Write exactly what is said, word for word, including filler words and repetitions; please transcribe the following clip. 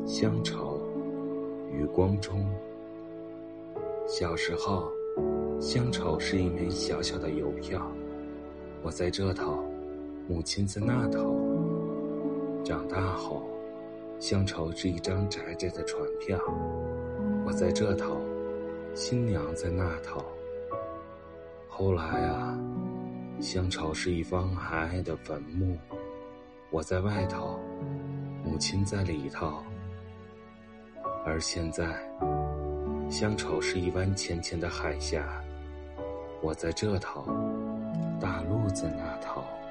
乡愁，余光中。小时候，乡愁是一枚小小的邮票，我在这头，母亲在那头。长大后，乡愁是一张窄窄的船票，我在这头，新娘在那头。后来啊，乡愁是一方矮矮的坟墓，我在外头，母亲在里头。而现在，乡愁是一湾浅浅的海峡，我在这头，大陆在那头。